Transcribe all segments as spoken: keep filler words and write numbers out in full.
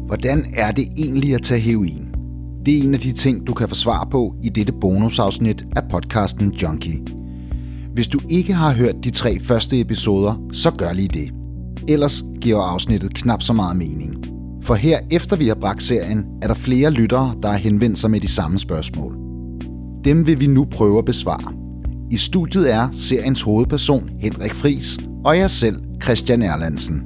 Hvordan er det egentlig at tage heroin? Det er en af de ting, du kan få svar på i dette bonusafsnit af podcasten Junkie. Hvis du ikke har hørt de tre første episoder, så gør lige det. Ellers giver afsnittet knap så meget mening. For her efter vi har bragt serien, er der flere lyttere, der har henvendt sig med de samme spørgsmål. Dem vil vi nu prøve at besvare. I studiet er seriens hovedperson Henrik Friis og jeg selv, Christian Erlandsen.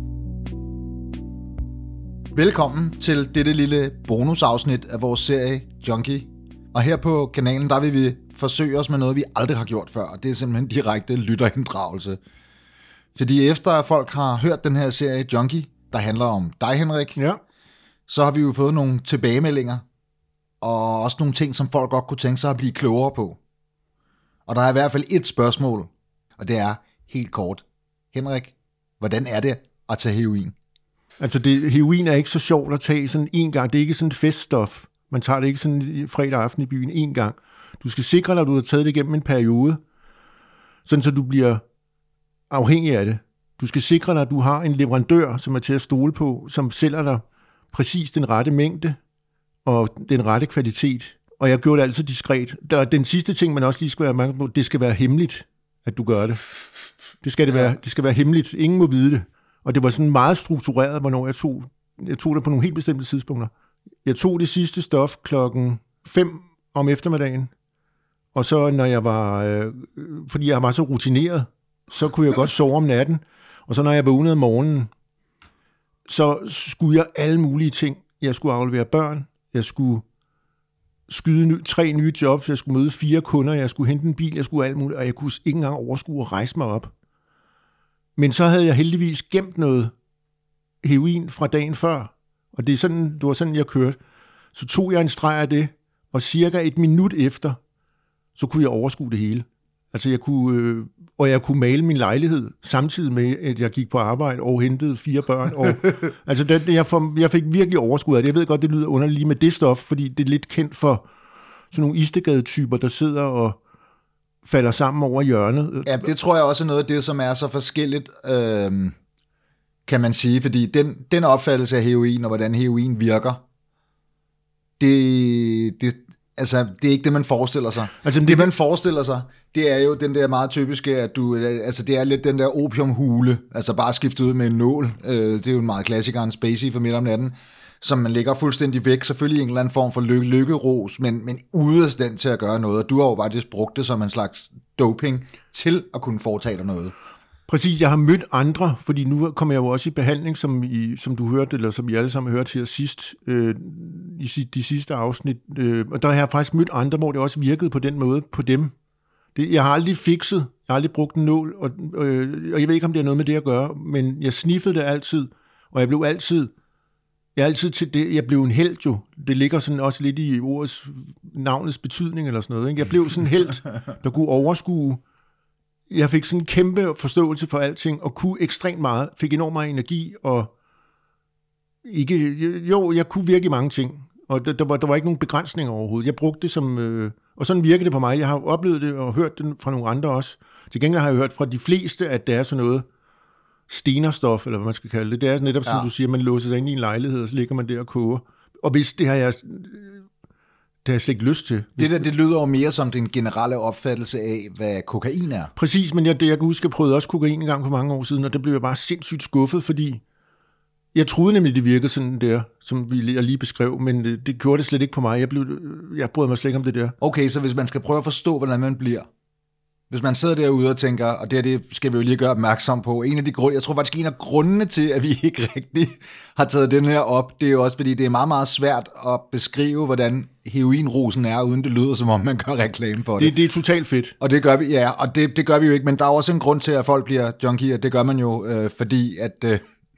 Velkommen til dette lille bonusafsnit af vores serie Junkie. Og her på kanalen, der vil vi forsøge os med noget, vi aldrig har gjort før. Og det er simpelthen direkte lytterinddragelse. Fordi efter at folk har hørt den her serie Junkie, der handler om dig, Henrik, ja. Så har vi jo fået nogle tilbagemeldinger. Og også nogle ting, som folk godt kunne tænke sig at blive klogere på. Og der er i hvert fald et spørgsmål, og det er helt kort. Henrik, hvordan er det at tage heroin? Altså, det, heroin er ikke så sjovt at tage sådan en gang. Det er ikke sådan et feststof. Man tager det ikke sådan fredag aften i byen en gang. Du skal sikre dig, at du har taget det igennem en periode, sådan så du bliver afhængig af det. Du skal sikre dig, at du har en leverandør, som er til at stole på, som sælger dig præcis den rette mængde og den rette kvalitet. Og jeg gjorde det altid diskret. Der, den sidste ting, man også lige skal være mange på, det skal være hemmeligt, at du gør det. Det skal, det, være, det skal være hemmeligt. Ingen må vide det. Og det var sådan meget struktureret, hvornår jeg tog, jeg tog det på nogle helt bestemte tidspunkter. Jeg tog det sidste stof klokken fem om eftermiddagen, og så når jeg var, øh, fordi jeg var så rutineret, så kunne jeg godt sove om natten, og så når jeg vågnede om morgenen, så skulle jeg alle mulige ting. Jeg skulle aflevere børn, jeg skulle skyde ny, tre nye jobs, jeg skulle møde fire kunder, jeg skulle hente en bil, jeg skulle alt muligt, og jeg kunne ikke engang overskue at rejse mig op. Men så havde jeg heldigvis gemt noget heroin fra dagen før, og det, er sådan, det var sådan, jeg kørte. Så tog jeg en streg af det, og cirka et minut efter, så kunne jeg overskue det hele. Altså jeg kunne, øh, og jeg kunne male min lejlighed, samtidig med, at jeg gik på arbejde og hentede fire børn. Og, altså det, det, jeg, for, jeg fik virkelig overskud af det. Jeg ved godt, det lyder underligt lige med det stof, fordi det er lidt kendt for sådan nogle Istedgade-typer, der sidder og falder sammen over hjørnet. Ja, det tror jeg også er noget af det, som er så forskelligt, øh, kan man sige, fordi den, den opfattelse af heroin, og hvordan heroin virker, det, det, altså, det er ikke det, man forestiller sig. Altså, det, det, man forestiller sig, det er jo den der meget typiske, at du, altså det er lidt den der opiumhule, altså bare skiftet ud med en nål, øh, det er jo en meget klassiker, en spacey for midt om natten, som man lægger fuldstændig væk, selvfølgelig i en eller anden form for lykke, lykkeros, men, men ude af stand til at gøre noget, og du har jo bare brugt det som en slags doping til at kunne foretage dig noget. Præcis, jeg har mødt andre, fordi nu kommer jeg jo også i behandling, som, I, som du hørte, eller som I alle sammen har hørt her sidst, øh, i de sidste afsnit, øh, og der har jeg faktisk mødt andre, hvor det også virkede på den måde på dem. Det, jeg har aldrig fikset, jeg har aldrig brugt en nål, og, øh, og jeg ved ikke, om det har noget med det at gøre, men jeg sniffede det altid, og jeg blev altid Jeg er altid til det, jeg blev en helt jo. Det ligger sådan også lidt i ordets, navnets betydning eller sådan noget. Ikke? Jeg blev sådan en helt, der kunne overskue. Jeg fik sådan en kæmpe forståelse for alting, og kunne ekstremt meget, fik enormt meget energi, og ikke, jo, jeg kunne virkelig mange ting. Og der, der, var, der var ikke nogen begrænsninger overhovedet. Jeg brugte det som, øh, og sådan virkede det på mig. Jeg har oplevet det og hørt det fra nogle andre også. Til gengæld har jeg hørt fra de fleste, at det er sådan noget stenerstof, eller hvad man skal kalde det. Det er netop, som ja. Du siger, man låser sig ind i en lejlighed, og så ligger man der og koger. Og hvis det har jeg, det har jeg slet ikke lyst til. Hvis det der, det lyder jo mere som den generelle opfattelse af, hvad kokain er. Præcis, men jeg, det, jeg kan huske, jeg prøvede også kokain en gang for mange år siden, og det blev jeg bare sindssygt skuffet, fordi jeg troede nemlig, det virkede sådan der, som jeg lige beskrev, men det, det gjorde det slet ikke på mig. Jeg, blev, jeg brød mig slet ikke om det der. Okay, så hvis man skal prøve at forstå, hvordan man bliver, hvis man sidder derude og tænker, og det, det skal vi jo lige gøre opmærksom på, en af de grunde, jeg tror faktisk en af grundene til, at vi ikke rigtig har taget den her op, det er jo også, fordi det er meget, meget svært at beskrive, hvordan heroinrosen er, uden det lyder, som om man gør reklame for det. Det, det er totalt fedt. Og det gør vi, ja, og det, det gør vi jo ikke, men der er også en grund til, at folk bliver junkier. Det gør man jo, øh, fordi at øh,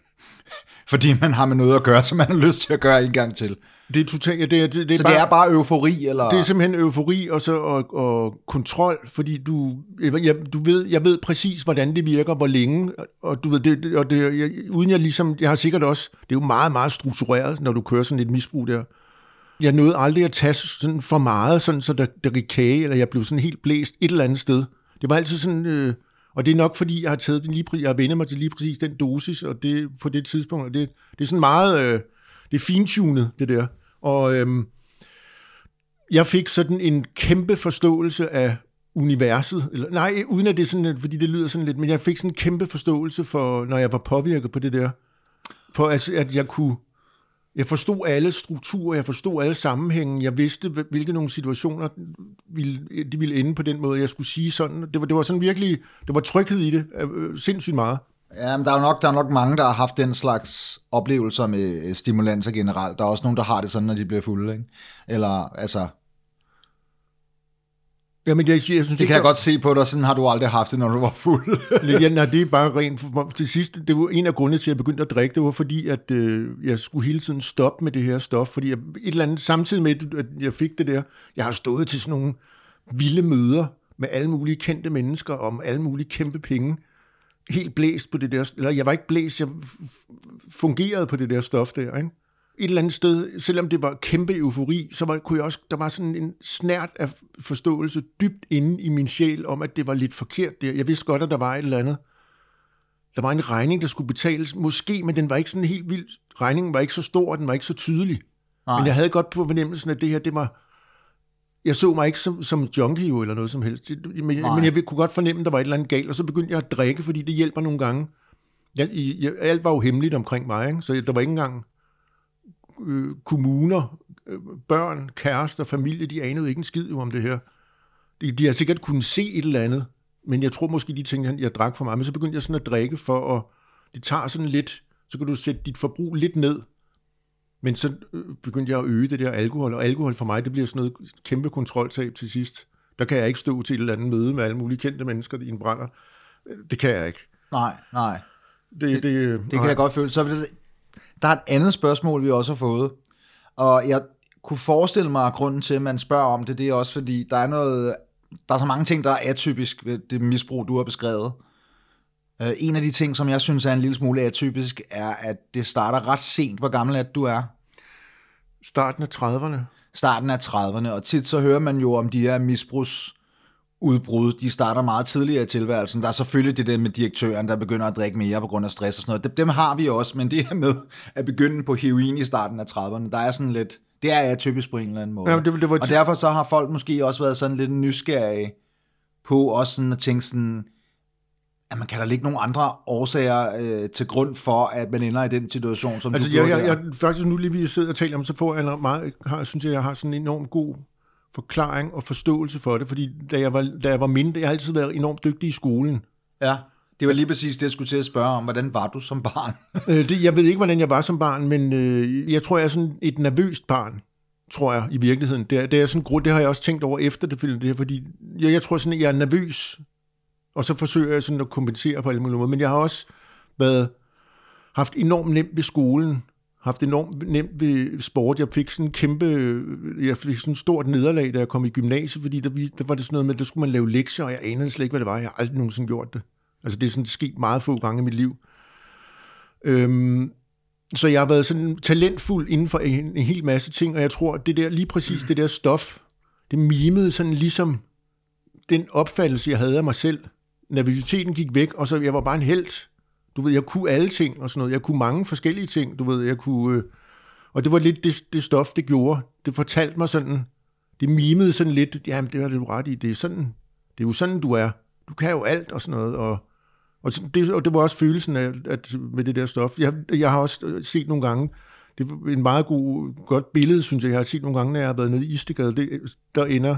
fordi man har med noget at gøre, som man har lyst til at gøre en gang til. Det er totalt, ja, det er, det, det er så bare, det er bare eufori, eller? Det er simpelthen eufori og, så, og, og kontrol, fordi du, jeg, du ved, jeg ved præcis, hvordan det virker, hvor længe, og du ved, det, og det, jeg, uden jeg ligesom, jeg har sikkert også, det er jo meget, meget struktureret, når du kører sådan et misbrug der. Jeg nåede aldrig at tage sådan for meget, sådan, så der, der gik kage, eller jeg blev sådan helt blæst et eller andet sted. Det var altid sådan, øh, og det er nok fordi, jeg har taget den lige, jeg har vendt mig til lige præcis den dosis, og det på det tidspunkt, og det, det er sådan meget, øh, det er fintunet, det der. Og øhm, jeg fik sådan en kæmpe forståelse af universet, eller, nej, uden at det sådan, fordi det lyder sådan lidt, men jeg fik sådan en kæmpe forståelse for, når jeg var påvirket på det der, for at, at jeg kunne, jeg forstod alle strukturer, jeg forstod alle sammenhænge, jeg vidste, hvilke nogle situationer ville, de ville ende på den måde, jeg skulle sige sådan. Det var, det var sådan virkelig, det var tryghed i det, øh, sindssygt meget. Ja, men der er jo nok, der er nok mange, der har haft den slags oplevelser med stimulanser generelt. Der er også nogen, der har det sådan, når de bliver fulde, ikke? Eller, altså... Jamen, jeg, jeg synes, det kan jeg, jeg godt se på dig, sådan har du aldrig haft det, når du var fuld. Ja, nej, det er bare rent... Til sidst, det var en af grundene til, at jeg begyndte at drikke, det var fordi, at øh, jeg skulle hele tiden stoppe med det her stof, fordi jeg, et eller andet, samtidig med, at jeg fik det der, jeg har stået til sådan nogle vilde møder med alle mulige kendte mennesker, om alle mulige kæmpe penge, helt blæst på det der, eller jeg var ikke blæst, jeg fungerede på det der stof der, ikke? Et eller andet sted, selvom det var kæmpe eufori, så var, kunne jeg også, der var sådan en snært af forståelse dybt inde i min sjæl om, at det var lidt forkert der. Jeg vidste godt, at der var et eller andet. Der var en regning, der skulle betales, måske, men den var ikke sådan helt vild. Regningen var ikke så stor, og den var ikke så tydelig. Nej. Men jeg havde godt på fornemmelsen, at det her, det var... Jeg så mig ikke som, som junkie jo, eller noget som helst. Men, men jeg kunne godt fornemme, at der var et eller andet galt, og så begyndte jeg at drikke, fordi det hjælper nogle gange. Jeg, jeg, alt var jo hemmeligt omkring mig, ikke? Så der var ikke engang... Øh, kommuner, øh, børn, kærester, familie, de anede ikke en skid jo om det her. De, de har sikkert kunnet se et eller andet, men jeg tror måske, de tænkte, at jeg drak for meget. Men så begyndte jeg sådan at drikke for at... Det tager sådan lidt... Så kan du sætte dit forbrug lidt ned. Men så øh, begyndte jeg at øge det der alkohol, og alkohol for mig, det bliver sådan noget kæmpe kontroltab til sidst. Der kan jeg ikke stå til et eller andet møde med alle mulige kendte mennesker i en brænder. Det kan jeg ikke. Nej, nej. Det, det, det, det kan jeg godt føle. Så det, der er et andet spørgsmål, vi også har fået, og jeg kunne forestille mig, at grunden til, at man spørger om det, det er også fordi, der er noget, der er så mange ting, der er atypisk ved det misbrug, du har beskrevet. Uh, en af de ting, som jeg synes er en lille smule atypisk, er, at det starter ret sent. Hvor gammel er du er? Starten af trediverne. Starten af trediverne, og tit så hører man jo om de her misbrugsudbrud, de starter meget tidligere i tilværelsen. Der er selvfølgelig det der med direktøren, der begynder at drikke mere på grund af stress og sådan noget. Dem har vi også, men det her med at begynde på heroin i starten af trediverne, der er sådan lidt, det er atypisk på en eller anden måde. Ja, det, det var... Og derfor så har folk måske også været sådan lidt nysgerrige på også sådan at tænke sådan, at man kan der ligge nogle andre årsager øh, til grund for, at man ender i den situation, som altså, du gjorde jeg, jeg, der. jeg, faktisk nu lige vi sidder og taler om, så får jeg meget, har, synes jeg, jeg har sådan en enormt god forklaring og forståelse for det, fordi da jeg var, da jeg var mindre, jeg har altid været enormt dygtig i skolen. Ja, det var lige præcis det, jeg skulle til at spørge om. Hvordan var du som barn? øh, det, jeg ved ikke, hvordan jeg var som barn, men øh, jeg tror, jeg er sådan et nervøst barn, tror jeg, i virkeligheden. Det, det, er sådan, det har jeg også tænkt over efter det, det her, fordi jeg, jeg tror sådan, at jeg er nervøs, og så forsøger jeg sådan at kompensere på alle mulige måder. Men jeg har også været, haft enormt nemt ved skolen, haft enormt nemt ved sport. Jeg fik sådan en kæmpe, jeg fik sådan et stort nederlag, da jeg kom i gymnasiet, fordi der, der var det sådan noget med, der skulle man lave lektier, og jeg anede slet ikke, hvad det var. Jeg har aldrig nogensinde gjort det. Altså det er sådan sket meget få gange i mit liv. Øhm, så jeg har været sådan talentfuld inden for en, en hel masse ting, og jeg tror, at det der, lige præcis det der stof, det mimede sådan ligesom den opfattelse, jeg havde af mig selv. Nervøsiteten gik væk, og så jeg var bare en helt. Du ved, jeg kunne alle ting og sådan noget. Jeg kunne mange forskellige ting, du ved, jeg kunne... Øh, og det var lidt det, det stof, det gjorde. Det fortalte mig sådan, det mimede sådan lidt, jamen det har du ret i, det er sådan, det er jo sådan, du er. Du kan jo alt og sådan noget, og, og, det, og det var også følelsen af, at med det der stof. Jeg, jeg har også set nogle gange, det er en meget god, godt billede, synes jeg, jeg har set nogle gange, når jeg har været nede i Istedgade, det, der ender...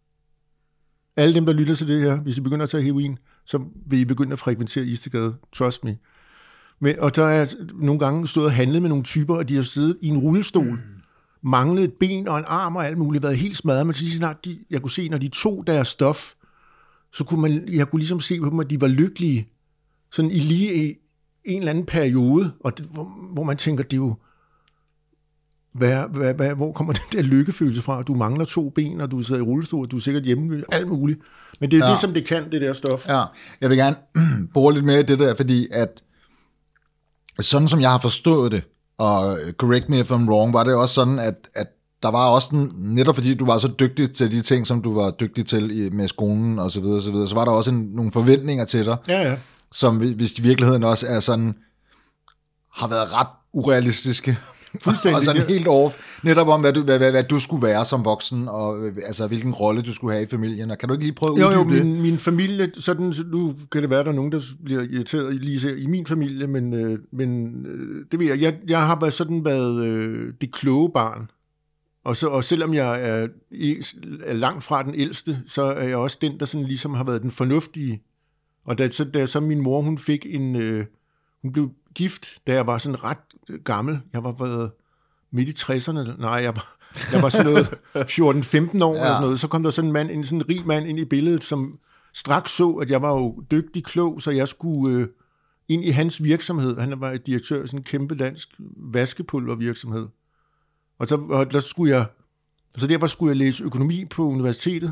Alle dem, der lytter til det her, hvis I begynder at tage heroin, så vil I begynde at frekventere Istedgade. Trust me. Men, og der er nogle gange stået og handlet med nogle typer, og de har siddet i en rullestol, mm. manglet et ben og en arm og alt muligt, været helt smadret. Men så snart de, jeg kunne se, når de tog deres stof, så kunne man, jeg kunne ligesom se på dem, at de var lykkelige. Sådan i lige i en eller anden periode, og det, hvor, hvor man tænker, det er jo... Hvad, hvad, hvad, hvor kommer den der lykkefølelse fra? Du mangler to ben, og du sidder i rullestol, og du er sikkert hjemme, alt muligt. Men det er ja. det, som det kan, det der stof. Ja, jeg vil gerne bore lidt mere i det der, fordi at sådan som jeg har forstået det, og correct me if I'm wrong, var det også sådan, at, at der var også den, netop fordi du var så dygtig til de ting, som du var dygtig til i, med skolen og så videre, så videre, så var der også en, nogle forventninger til dig, ja, ja. som hvis i virkeligheden også er sådan, har været ret urealistiske. Fuldstændig. Og sådan helt off, netop om, hvad du, hvad, hvad, hvad du skulle være som voksen, og altså, hvilken rolle du skulle have i familien. Og kan du ikke lige prøve at uddybe det? Jo, jo, min, min familie, sådan, nu kan det være, der er nogen, der bliver irriteret lige i min familie, men, øh, men øh, det ved jeg. jeg. Jeg har bare sådan været øh, det kloge barn. Og, så, og selvom jeg er, er langt fra den ældste, så er jeg også den, der sådan ligesom har været den fornuftige. Og da så, da så min mor, hun fik en... Øh, hun blev gift, da jeg var sådan ret gammel. Jeg var været midt i tresserne. Nej, jeg var, jeg var sådan noget fjorten femten år ja. Eller sådan noget. Så kom der sådan en mand, en sådan en rig mand ind i billedet, som straks så, at jeg var jo dygtig klog, så jeg skulle øh, ind i hans virksomhed. Han var direktør i sådan en kæmpe dansk vaskepulvervirksomhed. Og så og der skulle jeg, så derfor skulle jeg læse økonomi på universitetet.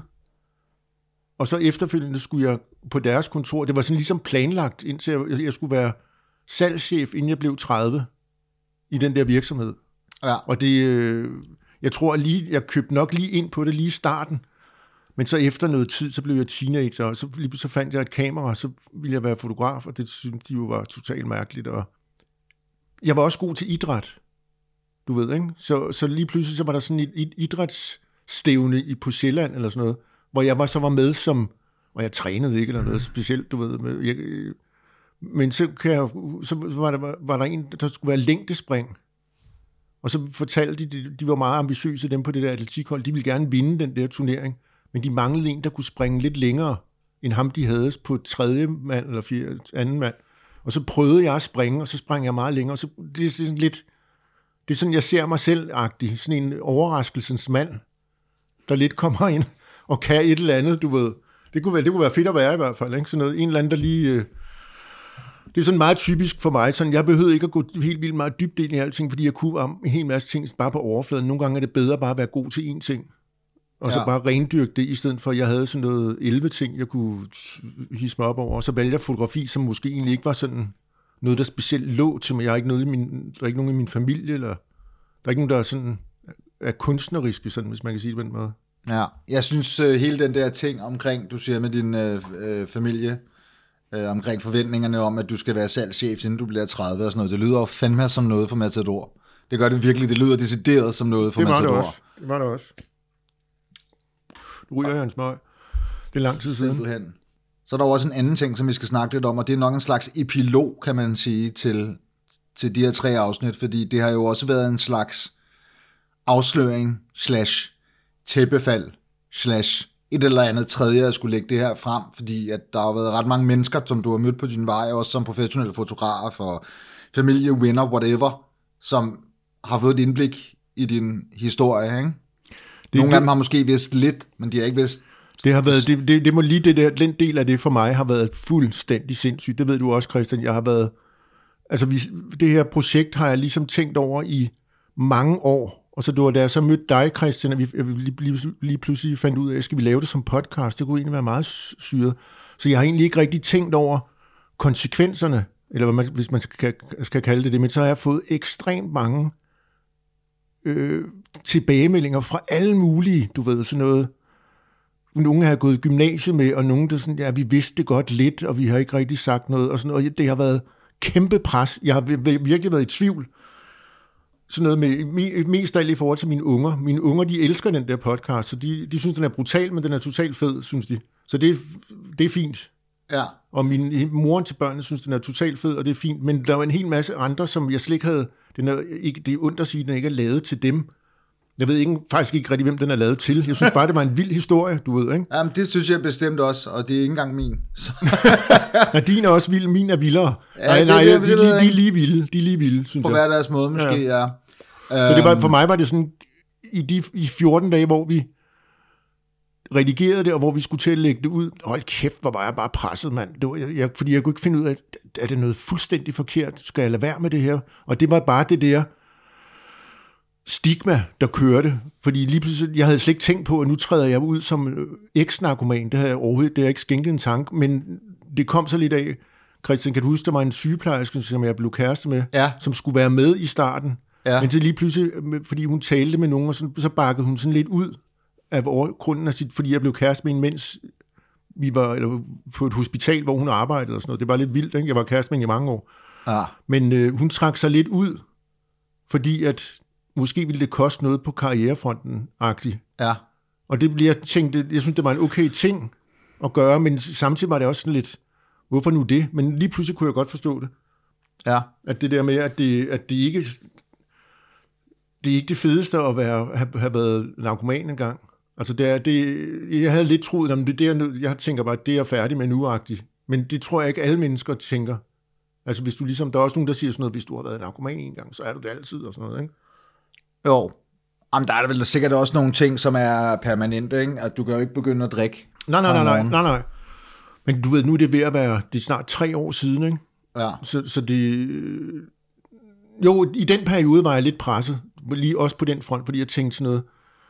Og så efterfølgende skulle jeg på deres kontor. Det var sådan ligesom planlagt, indtil jeg, jeg skulle være salgschef, inden jeg blev tredive i den der virksomhed. Ja. Og det, øh, jeg tror lige, jeg købte nok lige ind på det lige i starten. Men så efter noget tid, så blev jeg teenager, og så, så fandt jeg et kamera, og så ville jeg være fotograf, og det syntes de jo var totalt mærkeligt. Og jeg var også god til idræt. Du ved, ikke? Så, så lige pludselig så var der sådan et, et idrætsstævne i på Sjælland eller sådan noget, hvor jeg var, så var med som, og jeg trænede ikke eller noget specielt, du ved. Med, jeg, men så, kan jeg, så var, der, var der en, der skulle være længdespring, og så fortalte de, de var meget ambitiøse, dem på det der atletikhold, de ville gerne vinde den der turnering, men de manglede en, der kunne springe lidt længere, end ham de havde på tredje mand eller fjerde, anden mand. Og så prøvede jeg at springe, og så sprang jeg meget længere, og så det er sådan lidt... Det er sådan, jeg ser mig selv-agtig. Sådan en overraskelsens mand, der lidt kommer ind og kan et eller andet, du ved. Det kunne være, det kunne være fedt at være i hvert fald. Ikke? Sådan noget, en eller anden, der lige... Øh... Det er sådan meget typisk for mig. Sådan, jeg behøvede ikke at gå helt vildt meget dybt ind i alting, fordi jeg kunne om en hel masse ting bare på overfladen. Nogle gange er det bedre bare at være god til én ting. Og så ja. bare rendyrke det, i stedet for, at jeg havde sådan noget elleve ting, jeg kunne hisse mig op over. Og så valgte jeg fotografi, som måske egentlig ikke var sådan... noget, der specielt lå til mig. Jeg har ikke noget i min, der er ikke nogen i min familie, eller der er ikke nogen, der er, sådan, er kunstneriske, sådan, hvis man kan sige det på den måde. Ja, jeg synes uh, hele den der ting omkring, du siger med din uh, familie, uh, omkring forventningerne om, at du skal være salgschef, inden du bliver tredive og sådan noget, det lyder jo fandme som noget for Matador. Det gør det virkelig, det lyder decideret som noget for Matador. Det var det også. Det var det også. Du ryger jeg en smøg. Det er lang tid siden. Simpelthen. Så er der også en anden ting, som vi skal snakke lidt om, og det er nok en slags epilog, kan man sige, til, til de her tre afsnit, fordi det har jo også været en slags afsløring, slash tæppefald, slash et eller andet tredje, at skulle lægge det her frem, fordi at der har været ret mange mennesker, som du har mødt på din vej, også som professionelle fotograf og familie, venner, whatever, som har fået et indblik i din historie, ikke? Det, Nogle det, af dem har måske vidst lidt, men de har ikke vidst. Det har været, det, det, det må lige det der, den del af det for mig har været fuldstændig sindssygt. Det ved du også, Christian. Jeg har været, altså vi, det her projekt har jeg ligesom tænkt over i mange år. Og så det var da jeg så mødte dig, Christian, og vi lige, lige, lige pludselig fandt ud af, skal vi lave det som podcast? Det kunne egentlig være meget syret. Så jeg har egentlig ikke rigtig tænkt over konsekvenserne, eller hvad man, hvis man skal, skal kalde det det, men så har jeg fået ekstremt mange øh, tilbagemeldinger fra alle mulige, du ved, sådan noget. Nogle har gået i gymnasiet med, og nogle der sådan, ja, vi vidste det godt lidt, og vi har ikke rigtig sagt noget, og sådan noget. Det har været kæmpe pres. Jeg har virkelig været i tvivl. Sådan noget med, mest af alt i forhold til mine unger. Mine unger, de elsker den der podcast, så de, de synes, den er brutal, men den er totalt fed, synes de. Så det, det er fint. Ja. Og min mor til børnene synes, den er totalt fed, og det er fint. Men der var en hel masse andre, som jeg slet ikke havde... Den er ikke, det er ondt at sige, at den ikke er lavet til dem. Jeg ved ikke, faktisk ikke rigtig, hvem den er lavet til. Jeg synes bare, det var en vild historie, du ved, ikke? Jamen, det synes jeg bestemt også, og det er ikke engang min. Ja, din er også vild, min er vildere. Ja, nej, det, nej, det, de, de, de, de er lige vilde, de er lige vilde, synes På jeg. hver deres måde, måske, ja. ja. Så det var, for mig var det sådan, i de i fjorten dage, hvor vi redigerede det, og hvor vi skulle til at lægge det ud. Hold kæft, hvor var jeg bare presset, mand. Det var, jeg, fordi jeg kunne ikke finde ud af, er det noget fuldstændig forkert? Skal jeg lade være med det her? Og det var bare det der stigma, der kørte. Fordi lige pludselig, jeg havde slet ikke tænkt på, at nu træder jeg ud som eks-narkoman. Det havde jeg overhovedet, det har jeg ikke skænket en tanke, men det kom så lidt af. Christian, kan du huske, der var en sygeplejerske, som jeg blev kæreste med, ja. som skulle være med i starten. Ja. Men så lige pludselig, fordi hun talte med nogen, og så, så bakkede hun sådan lidt ud af grunden af sit, fordi jeg blev kæreste med en, mens vi var eller, på et hospital, hvor hun arbejdede og sådan noget. Det var lidt vildt, ikke? Jeg var kæreste med hende i mange år. Ja. Men øh, hun trak sig lidt ud, fordi at måske ville det koste noget på karrierefronten-agtigt. Ja. Og det bliver tænkt, jeg synes, det var en okay ting at gøre, men samtidig var det også sådan lidt, hvorfor nu det? Men lige pludselig kunne jeg godt forstå det. Ja. At det der med, at det, at det ikke det er ikke det fedeste at være, have, have været narkoman engang. Altså det er, det, jeg havde lidt troet, at det der, jeg tænker bare, at det er jeg færdig med nu-agtigt. Men det tror jeg ikke alle mennesker tænker. Altså hvis du ligesom, der er også nogen, der siger sådan noget, hvis du har været narkoman en gang, så er du det altid og sådan noget, ikke? Jo. Jamen, der er vel sikkert også nogle ting, som er permanente, ikke? At du kan jo ikke begynde at drikke. Nej, nej, nej, nej, nej, nej. Men du ved, nu er det ved at være, det er snart tre år siden, ikke? Ja. Så, så det... Jo, i den periode var jeg lidt presset, lige også på den front, fordi jeg tænkte sådan noget,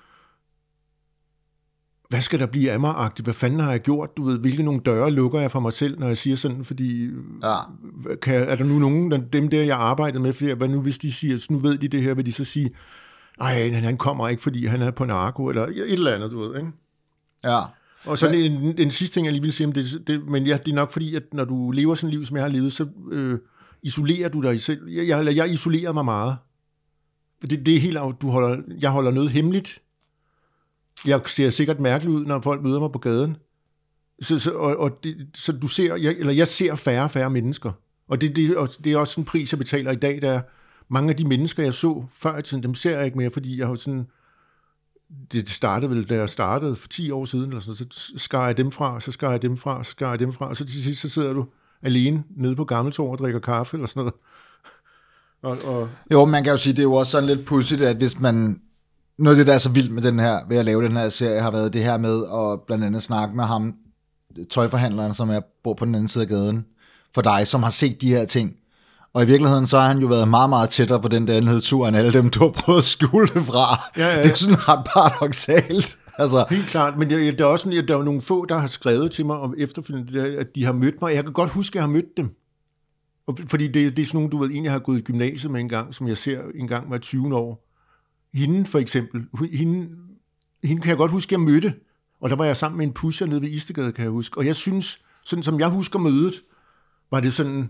hvad skal der blive af mig-agtigt? Hvad fanden har jeg gjort? Du ved, hvilke nogle døre lukker jeg for mig selv, når jeg siger sådan, fordi ja. kan, er der nu nogen, der, dem der, jeg arbejdede med, for hvad nu hvis de siger, nu ved de det her, vil de så sige, nej, han kommer ikke, fordi han er på narko, eller et eller andet, du ved, ikke? Ja. Og så en, en, en sidste ting, jeg lige vil sige om det, det, men ja, det er nok fordi, at når du lever sådan et liv, som jeg har levet, så øh, isolerer du dig selv. Jeg, jeg, jeg isolerer mig meget. Det, det er helt, du holder, jeg holder noget hemmeligt. Jeg ser sikkert mærkeligt ud, når folk møder mig på gaden. Så, så, og, og det, så du ser, jeg, eller jeg ser færre og færre mennesker. Og det, det, og det er også en pris, jeg betaler i dag, der mange af de mennesker, jeg så før i tiden, dem ser jeg ikke mere, fordi jeg har sådan, det startede vel, da jeg startede for ti år siden, eller sådan, så skar jeg dem fra, så skar jeg dem fra, så skar jeg dem fra, og så til sidst, så sidder du alene nede på Gammeltorv og drikker kaffe, eller sådan noget. Og, og... Jo, man kan jo sige, det er jo også sådan lidt pudsigt, at hvis man, noget af det, der er så vildt med den her, ved at lave den her serie, har været det her med at blandt andet snakke med ham, tøjforhandleren, som er bor på den anden side af gaden, for dig, som har set de her ting. Og i virkeligheden, så har han jo været meget, meget tættere på den der enhedstur, end alle dem, du har prøvet at skjule det fra. Ja, ja, ja. Det er sådan ret paradoksalt. Altså. Helt klart, men der, der er også sådan, at der er nogle få, der har skrevet til mig om efterfølgende, at de har mødt mig. Jeg kan godt huske, at jeg har mødt dem. Fordi det, det er sådan nogle, du ved, en jeg har gået i gymnasiet med en gang, som jeg ser en gang var tyve år. Hende for eksempel, hende, hende kan jeg godt huske, at jeg mødte. Og der var jeg sammen med en pusher nede ved Istegade, kan jeg huske. Og jeg synes, sådan som jeg husker mødet, var det sådan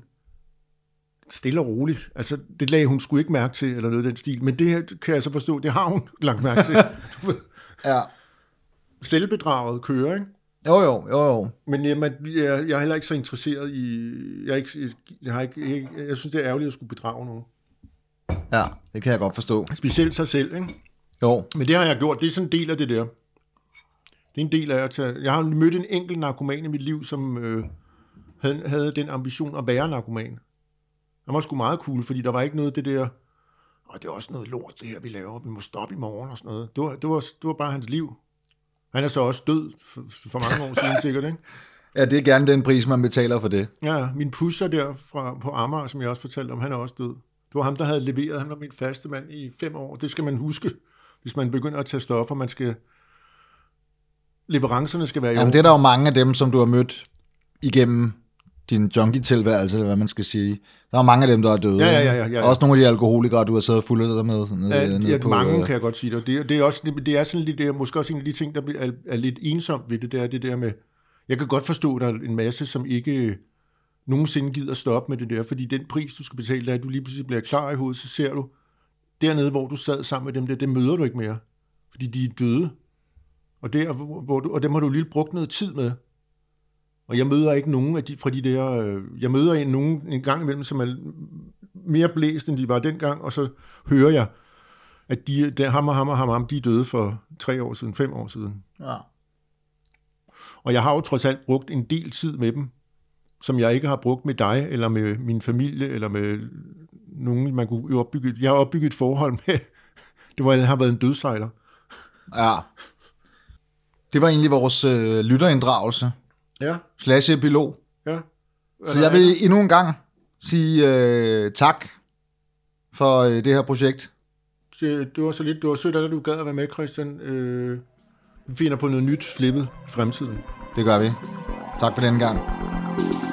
stille og roligt. Altså, det lagde hun sgu ikke mærke til, eller noget af den stil. Men det her kan jeg så forstå, det har hun lagt mærke til. Ja. Selvbedraget kører, ikke? Jo, jo, jo, jo. Men jeg, jeg, jeg er heller ikke så interesseret i... Jeg, er ikke, jeg, har ikke, jeg, jeg synes, det er ærgerligt at skulle bedrage nogen. Ja, det kan jeg godt forstå. Specielt sig selv, ikke? Jo. Men det har jeg gjort. Det er sådan en del af det der. Det er en del af at tage... Jeg har mødt en enkelt narkoman i mit liv, som øh, havde, havde den ambition at være narkoman. Han var sgu meget cool, fordi der var ikke noget af det der... Og det er også noget lort, det her, vi laver. Vi må stoppe i morgen og sådan noget. Det var, det var, det var bare hans liv. Han er så også død for, for mange år siden, sikkert, ikke? Ja, det er gerne den pris, man betaler for det. Ja, min pusher der fra, på Amager, som jeg også fortalte om, han er også død. Det var ham, der havde leveret. Han var min faste mand i fem år. Det skal man huske, hvis man begynder at tage stoffer. Man skal... Leverancerne skal være i Jamen, det er der jo mange af dem, som du har mødt igennem din junkie-tilværelse, eller hvad man skal sige. Der er mange af dem, der er døde. Ja, ja, ja, ja, ja. Også nogle af de alkoholikere, du har siddet og fulgt dig med. Sådan, ja, nede ja, på, mange øh... kan jeg godt sige det. Det, det, er, også, det, det er sådan lidt, det er måske også en af de ting, der er, er lidt ensomt ved det, det er det der med, jeg kan godt forstå, at der er en masse, som ikke nogensinde gider stoppe med det der, fordi den pris, du skal betale, der er, at du lige pludselig bliver klar i hovedet, så ser du dernede, hvor du sad sammen med dem der, det møder du ikke mere, fordi de er døde. Og, der, hvor du, og dem har du lige brugt noget tid med. Og jeg møder ikke nogen af de, fra de der, øh, jeg møder en, nogen en gang imellem, som er mere blæst, end de var dengang, og så hører jeg, at de, der, ham og ham og ham, ham, de er døde for tre år siden, fem år siden. Ja. Og jeg har jo trods alt brugt en del tid med dem, som jeg ikke har brugt med dig, eller med min familie, eller med nogen, man kunne opbygge. Jeg har opbygget et forhold med, det var, jeg har været en dødsejler. Ja. Det var egentlig vores øh, lytterinddragelse. Ja. Slash epilog. Ja. Så jeg vil endnu en gang sige øh, tak for øh, det her projekt. Det var så lidt, det var sødt, at du gad at være med, Christian. Øh, vi finder på noget nyt flippet i fremtiden. Det gør vi. Tak for denne gang.